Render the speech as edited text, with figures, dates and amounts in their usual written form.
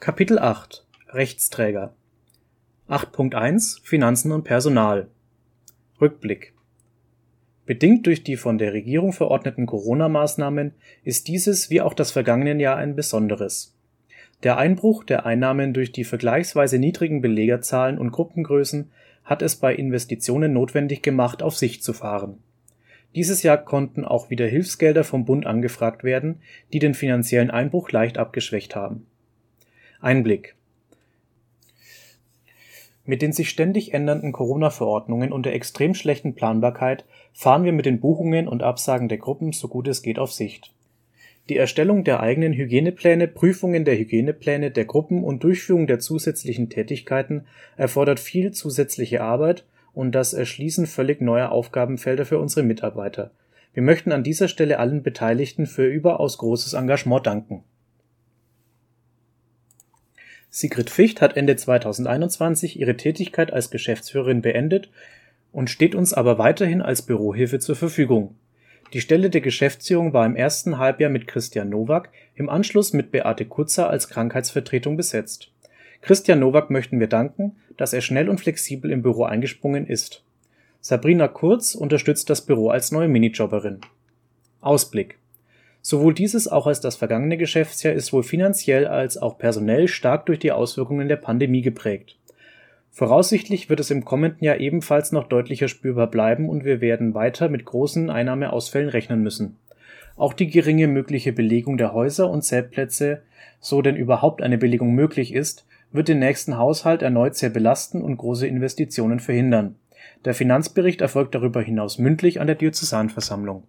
Kapitel 8 Rechtsträger 8.1 Finanzen und Personal Rückblick Bedingt durch die von der Regierung verordneten Corona-Maßnahmen ist dieses wie auch das vergangene Jahr ein besonderes. Der Einbruch der Einnahmen durch die vergleichsweise niedrigen Belegerzahlen und Gruppengrößen hat es bei Investitionen notwendig gemacht, auf Sicht zu fahren. Dieses Jahr konnten auch wieder Hilfsgelder vom Bund angefragt werden, die den finanziellen Einbruch leicht abgeschwächt haben. Einblick: Mit den sich ständig ändernden Corona-Verordnungen und der extrem schlechten Planbarkeit fahren wir mit den Buchungen und Absagen der Gruppen so gut es geht auf Sicht. Die Erstellung der eigenen Hygienepläne, Prüfungen der Hygienepläne der Gruppen und Durchführung der zusätzlichen Tätigkeiten erfordert viel zusätzliche Arbeit und das Erschließen völlig neuer Aufgabenfelder für unsere Mitarbeiter. Wir möchten an dieser Stelle allen Beteiligten für überaus großes Engagement danken. Sigrid Ficht hat Ende 2021 ihre Tätigkeit als Geschäftsführerin beendet und steht uns aber weiterhin als Bürohilfe zur Verfügung. Die Stelle der Geschäftsführung war im ersten Halbjahr mit Christian Nowak, im Anschluss mit Beate Kutzer als Krankheitsvertretung besetzt. Christian Nowak möchten wir danken, dass er schnell und flexibel im Büro eingesprungen ist. Sabrina Kurz unterstützt das Büro als neue Minijobberin. Ausblick: Sowohl dieses auch als das vergangene Geschäftsjahr ist sowohl finanziell als auch personell stark durch die Auswirkungen der Pandemie geprägt. Voraussichtlich wird es im kommenden Jahr ebenfalls noch deutlicher spürbar bleiben und wir werden weiter mit großen Einnahmeausfällen rechnen müssen. Auch die geringe mögliche Belegung der Häuser und Zeltplätze, so denn überhaupt eine Belegung möglich ist, wird den nächsten Haushalt erneut sehr belasten und große Investitionen verhindern. Der Finanzbericht erfolgt darüber hinaus mündlich an der Diözesanversammlung